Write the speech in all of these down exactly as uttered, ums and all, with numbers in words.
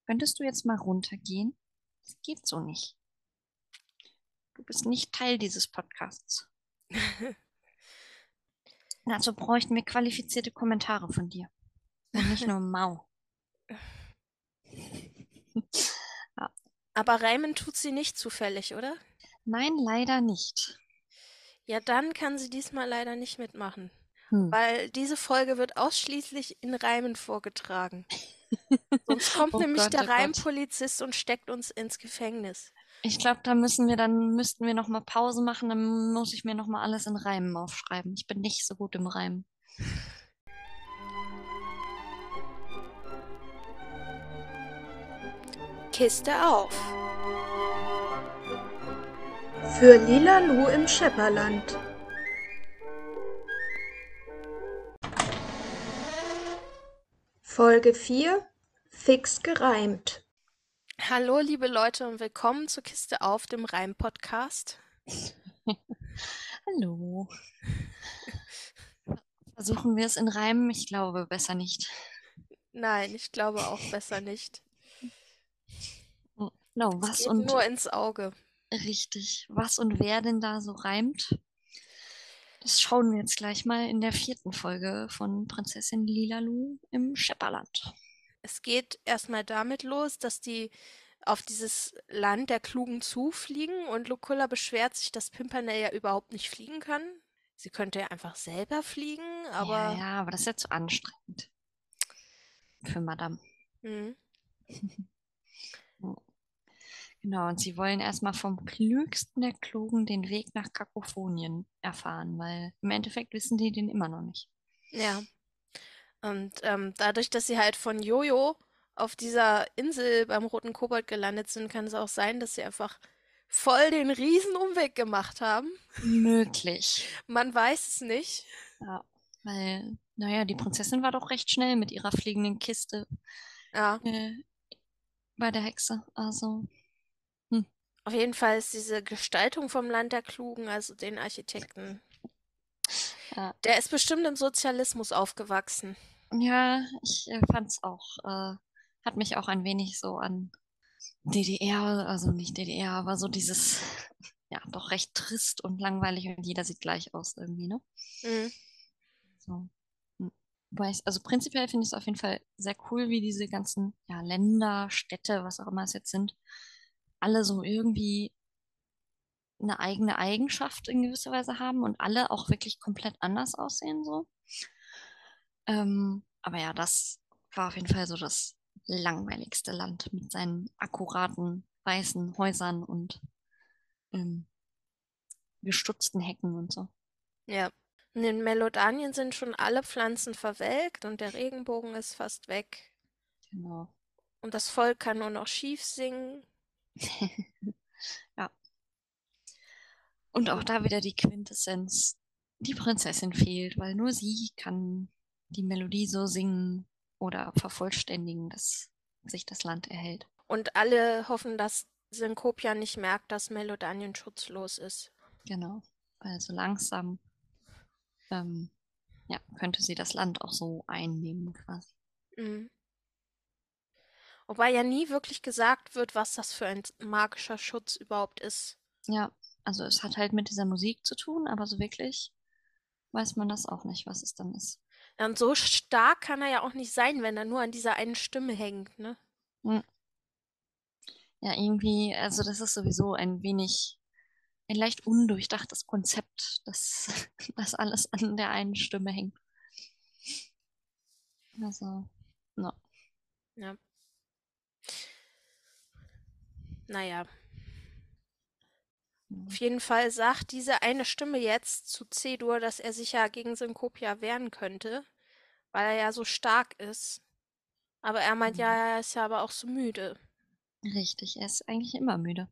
Könntest du jetzt mal runtergehen? Das geht so nicht. Du bist nicht Teil dieses Podcasts. Dazu bräuchten wir qualifizierte Kommentare von dir. Und nicht nur Mau. Ja. Aber reimen tut sie nicht zufällig, oder? Nein, leider nicht. Ja, dann kann sie diesmal leider nicht mitmachen, Hm. weil diese Folge wird ausschließlich in Reimen vorgetragen. Sonst kommt Oh nämlich Gott, der oh Gott. Reimpolizist und steckt uns ins Gefängnis. Ich glaube, da müssen wir dann, müssten wir noch mal Pause machen. Dann muss ich mir noch mal alles in Reimen aufschreiben. Ich bin nicht so gut im Reimen. Kiste auf. Für Lila Lu im Schepperland. Folge vier. Fix gereimt. Hallo, liebe Leute, und willkommen zu Kiste auf, dem Reim-Podcast. Hallo. Versuchen wir es in Reimen? Ich glaube besser nicht. Nein, ich glaube auch besser nicht. Genau, Es was geht und nur ins Auge. richtig, was und wer denn da so reimt, das schauen wir jetzt gleich mal in der vierten Folge von Prinzessin Lilalu im Schepperland. Es geht erstmal damit los, dass die auf dieses Land der Klugen zufliegen und Luculla beschwert sich, dass Pimpernel ja überhaupt nicht fliegen kann. Sie könnte ja einfach selber fliegen, Ja, aber ja, aber das ist ja zu anstrengend für Madame. hm, Genau, und sie wollen erstmal vom Klügsten der Klugen den Weg nach Kakophonien erfahren, weil im Endeffekt wissen die den immer noch nicht. ja. Und ähm, dadurch, dass sie halt von Jojo auf dieser Insel beim Roten Kobold gelandet sind, kann es auch sein, dass sie einfach voll den Riesenumweg gemacht haben. Möglich. Man weiß es nicht. Ja, weil, naja, die Prinzessin war doch recht schnell mit ihrer fliegenden Kiste Ja, äh, bei der Hexe. Also, hm, auf jeden Fall ist diese Gestaltung vom Land der Klugen, also den Architekten, ja. der ist bestimmt im Sozialismus aufgewachsen. Ja, ich äh, fand's auch, äh, hat mich auch ein wenig so an D D R, also nicht D D R, aber so dieses, ja, doch recht trist und langweilig und jeder sieht gleich aus irgendwie, ne? Mhm. So. Hm. Wobei ich, also prinzipiell finde ich es auf jeden Fall sehr cool, wie diese ganzen, ja, Länder, Städte, was auch immer es jetzt sind, alle so irgendwie eine eigene Eigenschaft in gewisser Weise haben und alle auch wirklich komplett anders aussehen, so. Ähm, aber ja, das war auf jeden Fall so das langweiligste Land mit seinen akkuraten weißen Häusern und ähm, gestutzten Hecken und so. Ja. In den Melodanien sind schon alle Pflanzen verwelkt und der Regenbogen ist fast weg. Genau. Und das Volk kann nur noch schief singen. Ja. Und auch da wieder die Quintessenz. Die Prinzessin fehlt, weil nur sie kann die Melodie so singen oder vervollständigen, dass sich das Land erhält. Und alle hoffen, dass Synkopia nicht merkt, dass Melodanien schutzlos ist. Genau. Weil so langsam ähm, ja, könnte sie das Land auch so einnehmen quasi. Mhm. Wobei ja nie wirklich gesagt wird, was das für ein magischer Schutz überhaupt ist. Ja, also es hat halt mit dieser Musik zu tun, aber so wirklich weiß man das auch nicht, was es dann ist. Ja, und so stark kann er ja auch nicht sein, wenn er nur an dieser einen Stimme hängt, ne? Hm. Ja, irgendwie, also das ist sowieso ein wenig, ein leicht undurchdachtes Konzept, dass das alles an der einen Stimme hängt. Also, no. Ja, naja. Auf jeden Fall sagt diese eine Stimme jetzt zu C-Dur, dass er sich ja gegen Synkopia wehren könnte, weil er ja so stark ist. Aber er meint ja, er ist ja aber auch so müde. Richtig, er ist eigentlich immer müde.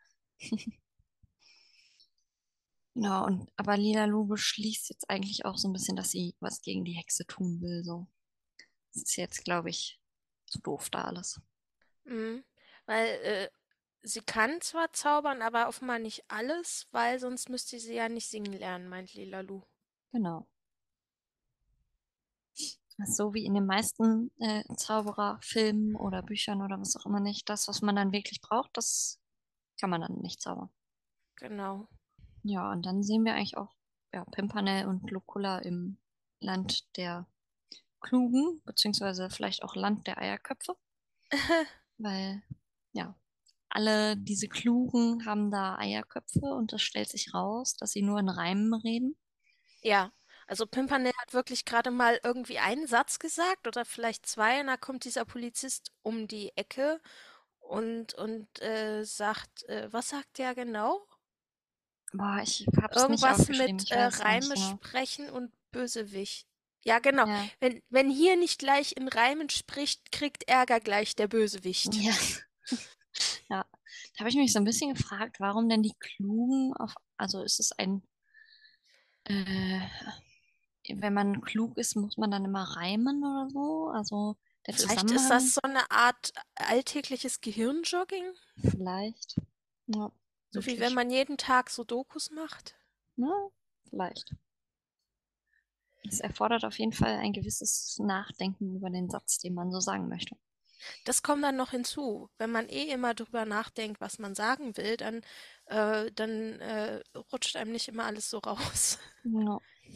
Genau, und aber Lila Lu beschließt jetzt eigentlich auch so ein bisschen, dass sie was gegen die Hexe tun will. So. Das ist jetzt, glaube ich, so doof da alles. Mhm. Weil äh, sie kann zwar zaubern, aber offenbar nicht alles, weil sonst müsste sie ja nicht singen lernen, meint Lilalu. Genau. So wie in den meisten äh, Zaubererfilmen oder Büchern oder was auch immer nicht. Das, was man dann wirklich braucht, das kann man dann nicht zaubern. Genau. Ja, und dann sehen wir eigentlich auch ja, Pimpernel und Lukula im Land der Klugen, beziehungsweise vielleicht auch Land der Eierköpfe, weil ja, alle diese Klugen haben da Eierköpfe und es stellt sich raus, dass sie nur in Reimen reden. Ja, also Pimpernel hat wirklich gerade mal irgendwie einen Satz gesagt oder vielleicht zwei und da kommt dieser Polizist um die Ecke und, und äh, sagt, äh, was sagt der genau? Boah, ich hab's nicht Irgendwas aufgeschrieben, mit ich äh, weiß es auch nicht Reime genau. sprechen und Bösewicht. Ja, genau. Ja, Wenn, wenn hier nicht gleich in Reimen spricht, kriegt Ärger gleich der Bösewicht. ja, ja. Da habe ich mich so ein bisschen gefragt, warum denn die Klugen auf, also ist es ein, äh, wenn man klug ist, muss man dann immer reimen oder so? Also der Vielleicht ist das Zusammenhang so eine Art alltägliches Gehirnjogging, vielleicht. Ja, so wie wenn möglich. man jeden Tag Sudokus macht. Ja, vielleicht. Es erfordert auf jeden Fall ein gewisses Nachdenken über den Satz, den man so sagen möchte. Das kommt dann noch hinzu. Wenn man eh immer drüber nachdenkt, was man sagen will, dann, äh, dann äh, rutscht einem nicht immer alles so raus. Ja.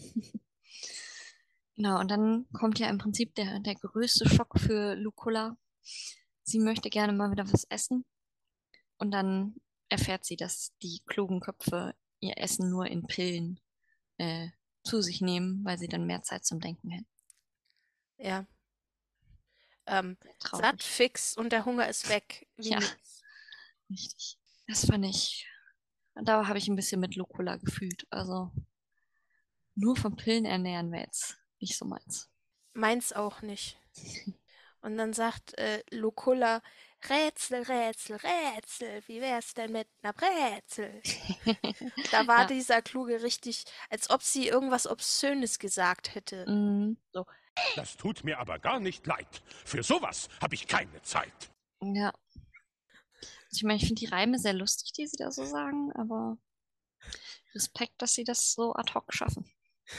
Genau, und dann kommt ja im Prinzip der, der größte Schock für Luculla. Sie möchte gerne mal wieder was essen und dann erfährt sie, dass die klugen Köpfe ihr Essen nur in Pillen äh, zu sich nehmen, weil sie dann mehr Zeit zum Denken hätten. Ja. Ähm, Sehr satt, traurig. fix und der Hunger ist weg, wie Ja, nix. richtig. Das fand ich, da habe ich ein bisschen mit Luculla gefühlt. Also nur von Pillen ernähren wäre jetzt nicht so meins. Meins auch nicht. Und dann sagt äh, Luculla, Rätsel, Rätsel, Rätsel, wie wär's denn mit einer Brezel? Da war Ja, dieser Kluge richtig, als ob sie irgendwas Obszönes gesagt hätte. mm, So, Das tut mir aber gar nicht leid. Für sowas habe ich keine Zeit. ja. Also ich meine, ich finde die Reime sehr lustig, die sie da so sagen, aber Respekt, dass sie das so ad hoc schaffen.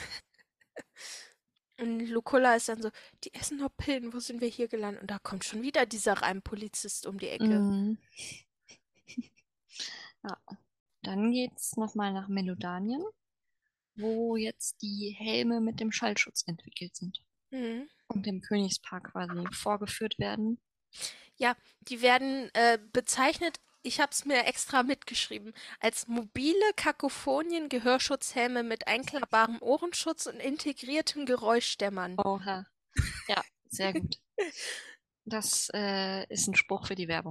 und Luculla ist dann so, die essen nur Pillen, wo sind wir hier gelandet? Und da kommt schon wieder dieser Reimpolizist um die Ecke. Mm, ja. Dann geht's nochmal nach Melodanien, wo jetzt die Helme mit dem Schallschutz entwickelt sind Mhm. und dem Königspaar quasi vorgeführt werden. Ja, die werden äh, bezeichnet, ich habe es mir extra mitgeschrieben, als mobile Kakophonien-Gehörschutzhelme mit einklappbarem Ohrenschutz und integriertem Geräuschdämmern. Oha. Ja, sehr gut. Das äh, ist ein Spruch für die Werbung.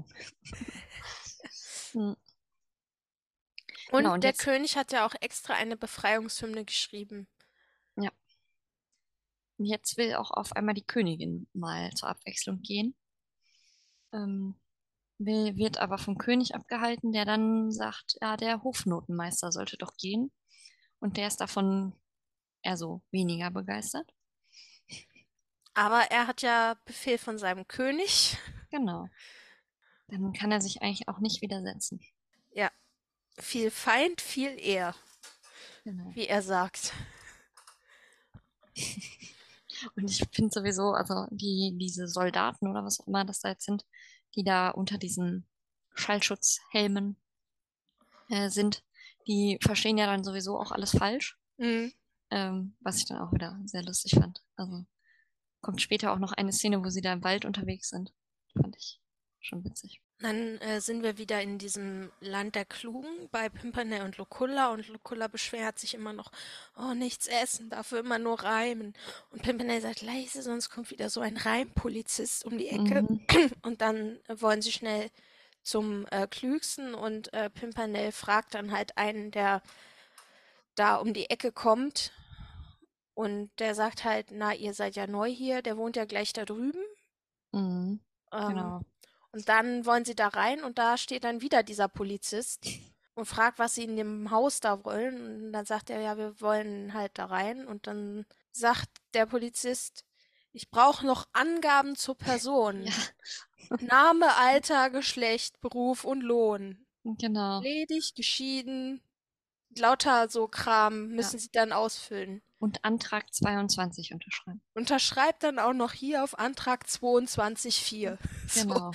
Hm. Und Genau, und der jetzt, König hat ja auch extra eine Befreiungshymne geschrieben. ja, jetzt will auch auf einmal die Königin mal zur Abwechslung gehen. Ähm, will, wird aber vom König abgehalten, der dann sagt, ja, der Hofnotenmeister sollte doch gehen. Und der ist davon eher so weniger begeistert. Aber er hat ja Befehl von seinem König. Genau. Dann kann er sich eigentlich auch nicht widersetzen. Ja, viel Feind, viel Ehr, Genau. wie er sagt. Und ich finde sowieso, also die, diese Soldaten oder was auch immer das da jetzt sind, die da unter diesen Schallschutzhelmen äh, sind, die verstehen ja dann sowieso auch alles falsch. Mhm. Ähm, was ich dann auch wieder sehr lustig fand. Also kommt später auch noch eine Szene, wo sie da im Wald unterwegs sind. Fand ich schon witzig. Dann äh, sind wir wieder in diesem Land der Klugen bei Pimpernel und Luculla und Luculla beschwert sich immer noch, oh, nichts essen, dafür immer nur reimen. Und Pimpernel sagt, leise, sonst kommt wieder so ein Reimpolizist um die Ecke. Mhm. Und dann äh, wollen sie schnell zum äh, Klügsten und äh, Pimpernel fragt dann halt einen, der da um die Ecke kommt und der sagt halt, na, ihr seid ja neu hier, der wohnt ja gleich da drüben. Mhm. Ähm, Genau. und dann wollen sie da rein und da steht dann wieder dieser Polizist und fragt, was sie in dem Haus da wollen. Und dann sagt er, ja, wir wollen halt da rein. Und dann sagt der Polizist, ich brauche noch Angaben zur Ja, Person. Name, Alter, Geschlecht, Beruf und Lohn. genau. Ledig, geschieden, lauter so Kram Ja. müssen sie dann ausfüllen. Und Antrag zweiundzwanzig unterschreiben. Unterschreibt dann auch noch hier auf Antrag zweiundzwanzig Punkt vier. So. Genau.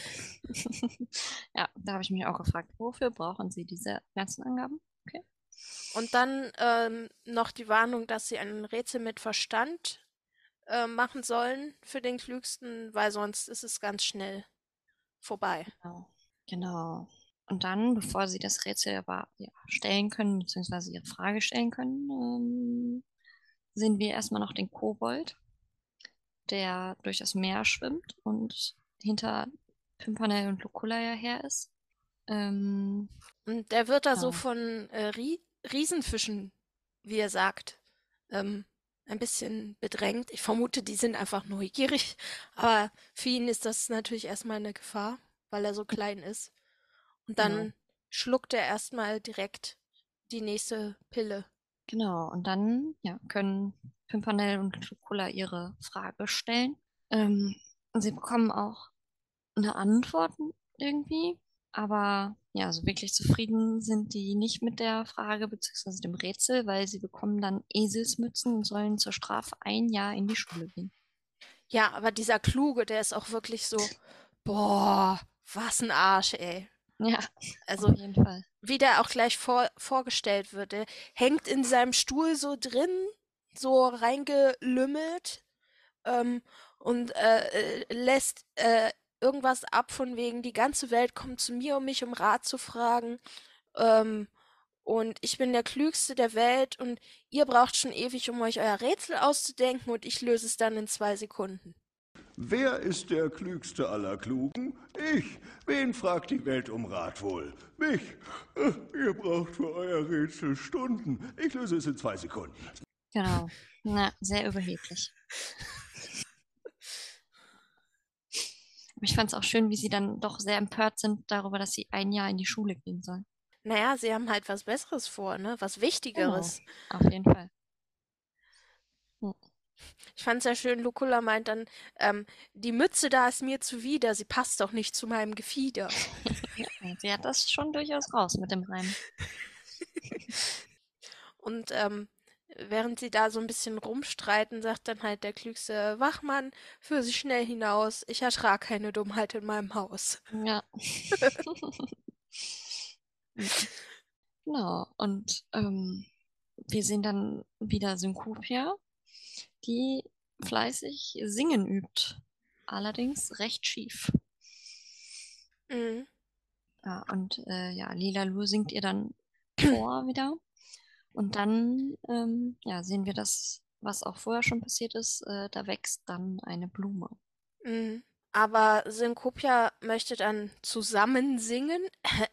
Ja, da habe ich mich auch gefragt, wofür brauchen Sie diese ganzen Angaben? Okay. Und dann ähm, noch die Warnung, dass sie ein Rätsel mit Verstand äh, machen sollen für den Klügsten, weil sonst ist es ganz schnell vorbei. Genau. Genau. Und dann, bevor Sie das Rätsel aber ja, stellen können, beziehungsweise Ihre Frage stellen können, ähm, sehen wir erstmal noch den Kobold, der durch das Meer schwimmt und hinter Pimpernel und Luculla ja her ist. Ähm, Und der wird da so genau. von äh, Rie Riesenfischen, wie er sagt, ähm, ein bisschen bedrängt. Ich vermute, die sind einfach neugierig, aber für ihn ist das natürlich erstmal eine Gefahr, weil er so klein ist. Und dann Genau. schluckt er erstmal direkt die nächste Pille. Genau. Und dann ja, können Pimpernel und Luculla ihre Frage stellen. Ähm, und sie bekommen auch eine Antwort irgendwie. Aber ja, so wirklich zufrieden sind die nicht mit der Frage beziehungsweise dem Rätsel, weil sie bekommen dann Eselsmützen und sollen zur Strafe ein Jahr in die Schule gehen. Ja, aber dieser Kluge, der ist auch wirklich so, boah, was ein Arsch, ey. Ja, Also, auf jeden Fall. wie der auch gleich vor, vorgestellt wird, der hängt in seinem Stuhl so drin, so reingelümmelt, ähm, und äh, äh, lässt äh, irgendwas ab von wegen, die ganze Welt kommt zu mir, um mich um Rat zu fragen. Ähm, und ich bin der Klügste der Welt und ihr braucht schon ewig, um euch euer Rätsel auszudenken und ich löse es dann in zwei Sekunden. Wer ist der Klügste aller Klugen? Ich. Wen fragt die Welt um Rat wohl? Mich. Äh, Ihr braucht für euer Rätsel Stunden. Ich löse es in zwei Sekunden. Genau. Na, sehr überheblich. Aber ich fand es auch schön, wie sie dann doch sehr empört sind darüber, dass sie ein Jahr in die Schule gehen sollen. Naja, sie haben halt was Besseres vor, ne? Was Wichtigeres. Genau. Auf jeden Fall. Hm. Ich fand es sehr schön, Luculla meint dann, ähm, die Mütze da ist mir zuwider, sie passt doch nicht zu meinem Gefieder. Ja, sie hat das schon durchaus raus mit dem Reim. Und ähm, während sie da so ein bisschen rumstreiten, sagt dann halt der klügste Wachmann, führ sie schnell hinaus, ich ertrag keine Dummheit in meinem Haus. Ja. Genau. Und ähm, wir sehen dann wieder Syncopia, die fleißig singen übt. Allerdings recht schief. Mhm. Ja, und äh, ja, Lila Lu singt ihr dann vor wieder. Und dann ähm, ja, sehen wir das, was auch vorher schon passiert ist. Äh, da wächst dann eine Blume. Mhm. Aber Syncopia möchte dann zusammen singen.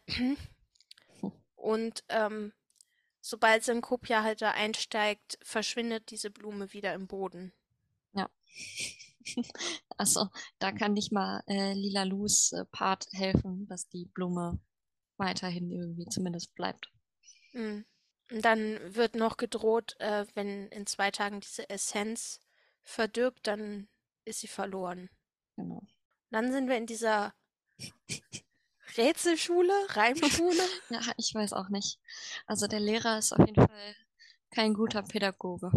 Und ähm, sobald Syncopia halt da einsteigt, verschwindet diese Blume wieder im Boden. Ja. Also, da kann nicht mal äh, Lila Lus äh, Part helfen, dass die Blume weiterhin irgendwie zumindest bleibt. Mhm. Und dann wird noch gedroht, äh, wenn in zwei Tagen diese Essenz verdirbt, dann ist sie verloren. Genau. Dann sind wir in dieser Rätselschule, Reimschule. Ja, ich weiß auch nicht. Also der Lehrer ist auf jeden Fall kein guter Pädagoge.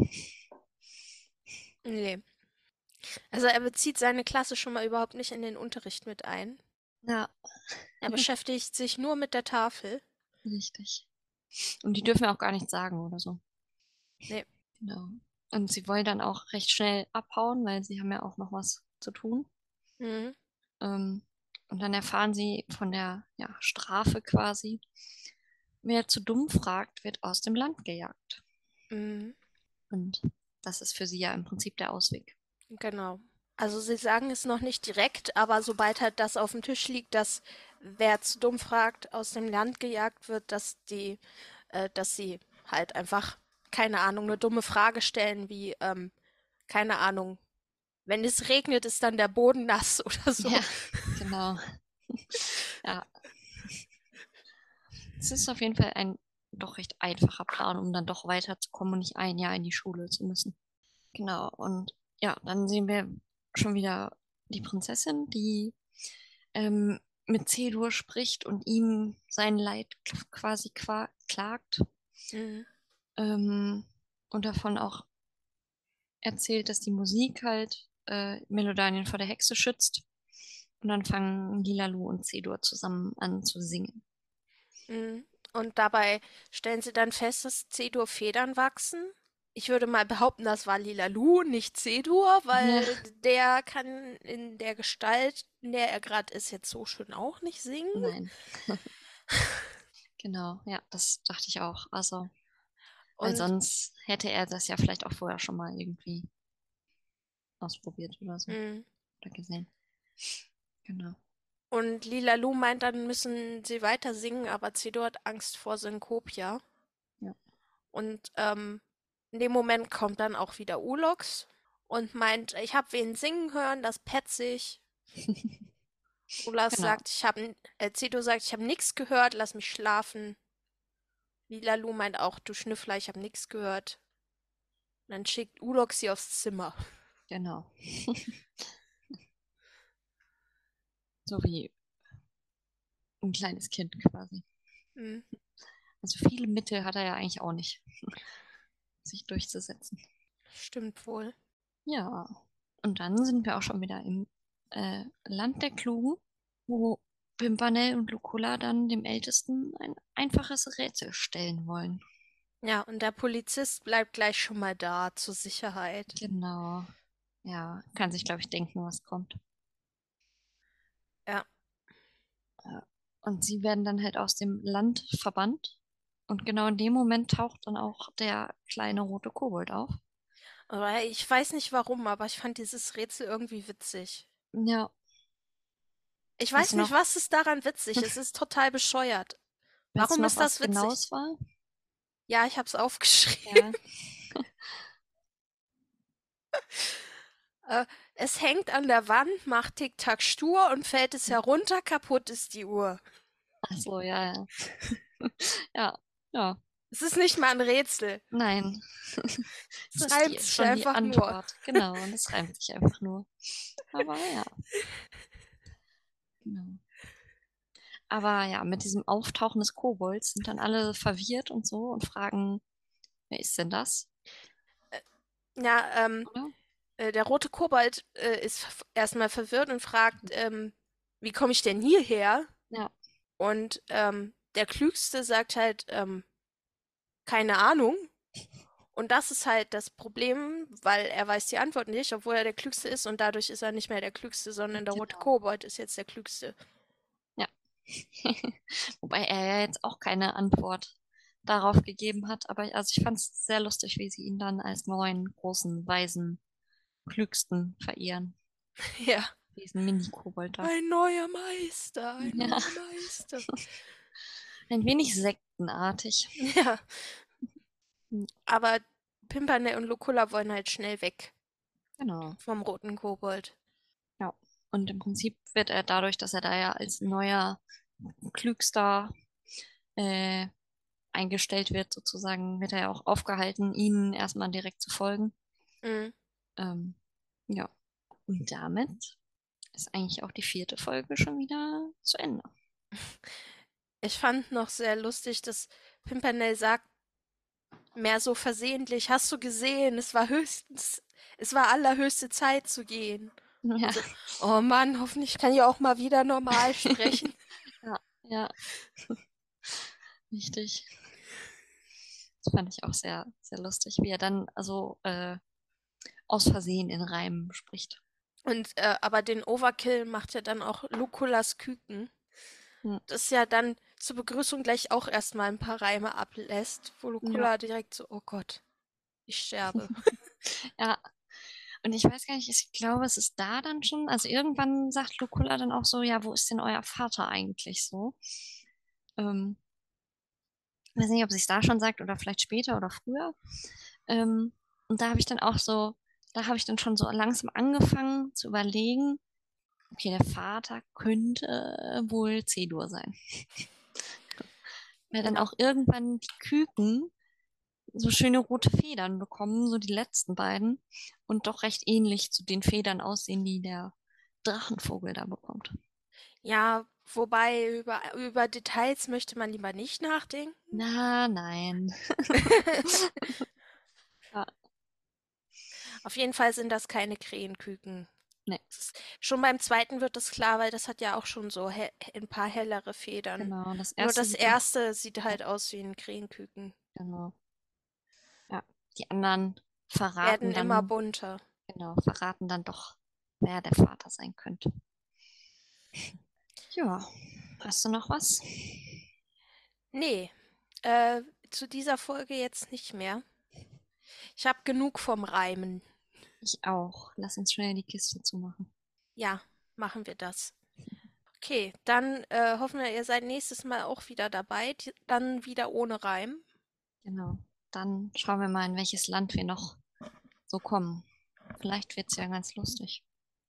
Nee. Also er bezieht seine Klasse schon mal überhaupt nicht in den Unterricht mit ein. Ja, Er beschäftigt sich nur mit der Tafel. richtig. Und die dürfen ja auch gar nichts sagen oder so. Nee. Genau. Und sie wollen dann auch recht schnell abhauen, weil sie haben ja auch noch was zu tun. Mhm. Ähm, und dann erfahren sie von der ja, Strafe quasi. Wer zu dumm fragt, wird aus dem Land gejagt. Mhm. Und das ist für sie ja im Prinzip der Ausweg. Genau. Also sie sagen es noch nicht direkt, aber sobald halt das auf dem Tisch liegt, dass wer zu dumm fragt, aus dem Land gejagt wird, dass die, äh, dass sie halt einfach, keine Ahnung, eine dumme Frage stellen, wie, ähm, keine Ahnung, wenn es regnet, ist dann der Boden nass oder so. Ja, genau. Ja. Es ist auf jeden Fall ein doch recht einfacher Plan, um dann doch weiterzukommen und nicht ein Jahr in die Schule zu müssen. Genau, und ja, dann sehen wir schon wieder die Prinzessin, die ähm, mit Zedur spricht und ihm sein Leid k- quasi qua klagt. Mhm. Ähm, und davon auch erzählt, dass die Musik halt äh, Melodanien vor der Hexe schützt. Und dann fangen Lilalu und Zedur zusammen an zu singen. Mhm. Und dabei stellen sie dann fest, dass Zedur Federn wachsen. Ich würde mal behaupten, das war Lilalu, nicht Zedur, Ja, weil der kann in der Gestalt, in der er gerade ist, jetzt so schön auch nicht singen. nein. Genau, ja, das dachte ich auch. Also, weil Und, sonst hätte er das ja vielleicht auch vorher schon mal irgendwie ausprobiert oder so. mhm. Oder gesehen. Genau. Und Lilalu meint, dann müssen sie weiter singen, aber Zedur hat Angst vor Synkopia. Ja. Und ähm, in dem Moment kommt dann auch wieder Ulox und meint, ich habe wen singen hören, das petzig. Ulas Genau. sagt, ich habe, äh, Zedur sagt, ich habe nichts gehört, lass mich schlafen. Lilalu meint auch, du Schnüffler, ich habe nichts gehört. Und dann schickt Ulox sie aufs Zimmer. Genau. So wie ein kleines Kind quasi. Hm, Also viele Mittel hat er ja eigentlich auch nicht, sich durchzusetzen. stimmt wohl. Ja. Und dann sind wir auch schon wieder im äh, Land der Klugen, wo Pimpernel und Lucula dann dem Ältesten ein einfaches Rätsel stellen wollen. Ja, und der Polizist bleibt gleich schon mal da, zur Sicherheit. Genau. Ja, kann sich, glaube ich, denken, was kommt. Ja, Ja. Und sie werden dann halt aus dem Land verbannt. Und genau in dem Moment taucht dann auch der kleine rote Kobold auf. aber ich weiß nicht warum, aber ich fand dieses Rätsel irgendwie witzig. Ja, Ich weißt weiß du nicht, noch, was ist daran witzig. Es ist total bescheuert. weißt du Warum noch, ist was das genau witzig? es war? Ja, ich hab's aufgeschrieben. Ja, Äh, es hängt an der Wand, macht Tick-Tack stur und fällt es herunter, kaputt ist die Uhr. ach so, ja, ja. Ja, ja, Es ist nicht mal ein Rätsel. nein. Es Das ist reimt die, sich schon die einfach nur. Antwort. Genau, und das reimt sich einfach nur. Aber ja, genau. Aber ja, mit diesem Auftauchen des Kobolds sind dann alle verwirrt und so und fragen, wer ist denn das? Ja, ähm, Oder? äh, der rote Kobold äh, ist f- erstmal verwirrt und fragt, ähm, wie komme ich denn hierher? Ja, Und ähm, der Klügste sagt halt, ähm, keine Ahnung. Und das ist halt das Problem, weil er weiß die Antwort nicht, obwohl er der Klügste ist und dadurch ist er nicht mehr der Klügste, sondern der rote genau. Kobold ist jetzt der Klügste. Ja. Wobei er ja jetzt auch keine Antwort darauf gegeben hat. Aber also ich fand es sehr lustig, wie sie ihn dann als neuen, großen, weisen, klügsten verehren. Ja. Diesen Mini-Kobold da. Ein neuer Meister, ein Ja, neuer Meister. ein wenig sektenartig. Ja, aber Pimpernel und Luculla wollen halt schnell weg Genau. vom roten Kobold. Ja. Und im Prinzip wird er dadurch, dass er da ja als neuer, klügster äh, eingestellt wird, sozusagen, wird er ja auch aufgehalten, ihnen erstmal direkt zu folgen. Mhm. Ähm, ja. Und damit ist eigentlich auch die vierte Folge schon wieder zu Ende. Ich fand noch sehr lustig, dass Pimpernel sagt, mehr so versehentlich, hast du gesehen, es war höchstens, es war allerhöchste Zeit zu gehen. Ja. Und so, oh Mann, hoffentlich kann ich auch mal wieder normal sprechen. Ja, ja. Richtig. Das fand ich auch sehr, sehr lustig, wie er dann also äh, aus Versehen in Reimen spricht. Und äh, aber den Overkill macht ja dann auch Lucullas Küken. Hm. Das ja dann zur Begrüßung gleich auch erstmal ein paar Reime ablässt, wo Ja. Luculla direkt so, oh Gott, ich sterbe. Ja, und ich weiß gar nicht, ich glaube, es ist da dann schon, also irgendwann sagt Lucula dann auch so, ja, wo ist denn euer Vater eigentlich so? Ähm, ich weiß nicht, ob sie es da schon sagt oder vielleicht später oder früher. Ähm, und da habe ich dann auch so, da habe ich dann schon so langsam angefangen zu überlegen, okay, der Vater könnte wohl Zedur sein. Weil dann Ja. auch irgendwann die Küken so schöne rote Federn bekommen, so die letzten beiden, und doch recht ähnlich zu den Federn aussehen, die der Drachenvogel da bekommt. Ja, Wobei über, über Details möchte man lieber nicht nachdenken. Na, nein. Ja, Auf jeden Fall sind das keine Krähenküken. nee, Das ist, schon beim zweiten wird das klar, weil das hat ja auch schon so he ein paar hellere Federn. genau. Das Nur erste das sieht noch, erste sieht ja, halt aus wie ein Krähenküken. genau. Ja, die anderen verraten Werden immer dann, bunter. genau, verraten dann doch, wer der Vater sein könnte. Ja, hast du noch was? Nee, äh, zu dieser Folge jetzt nicht mehr. Ich habe genug vom Reimen. Ich auch. Lass uns schnell die Kiste zumachen. Ja, machen wir das. Okay, dann äh, hoffen wir, ihr seid nächstes Mal auch wieder dabei. Die, dann wieder ohne Reim. Genau. Dann schauen wir mal, in welches Land wir noch so kommen. Vielleicht wird es ja ganz lustig.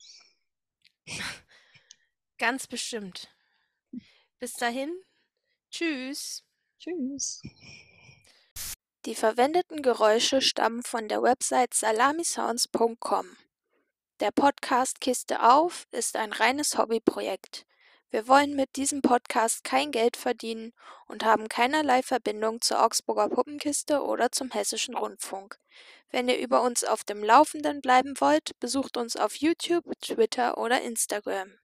Ganz bestimmt. Bis dahin, tschüss. Tschüss. Die verwendeten Geräusche stammen von der Website salamisounds punkt com. Der Podcast Kiste auf ist ein reines Hobbyprojekt. Wir wollen mit diesem Podcast kein Geld verdienen und haben keinerlei Verbindung zur Augsburger Puppenkiste oder zum Hessischen Rundfunk. Wenn ihr über uns auf dem Laufenden bleiben wollt, besucht uns auf YouTube, Twitter oder Instagram.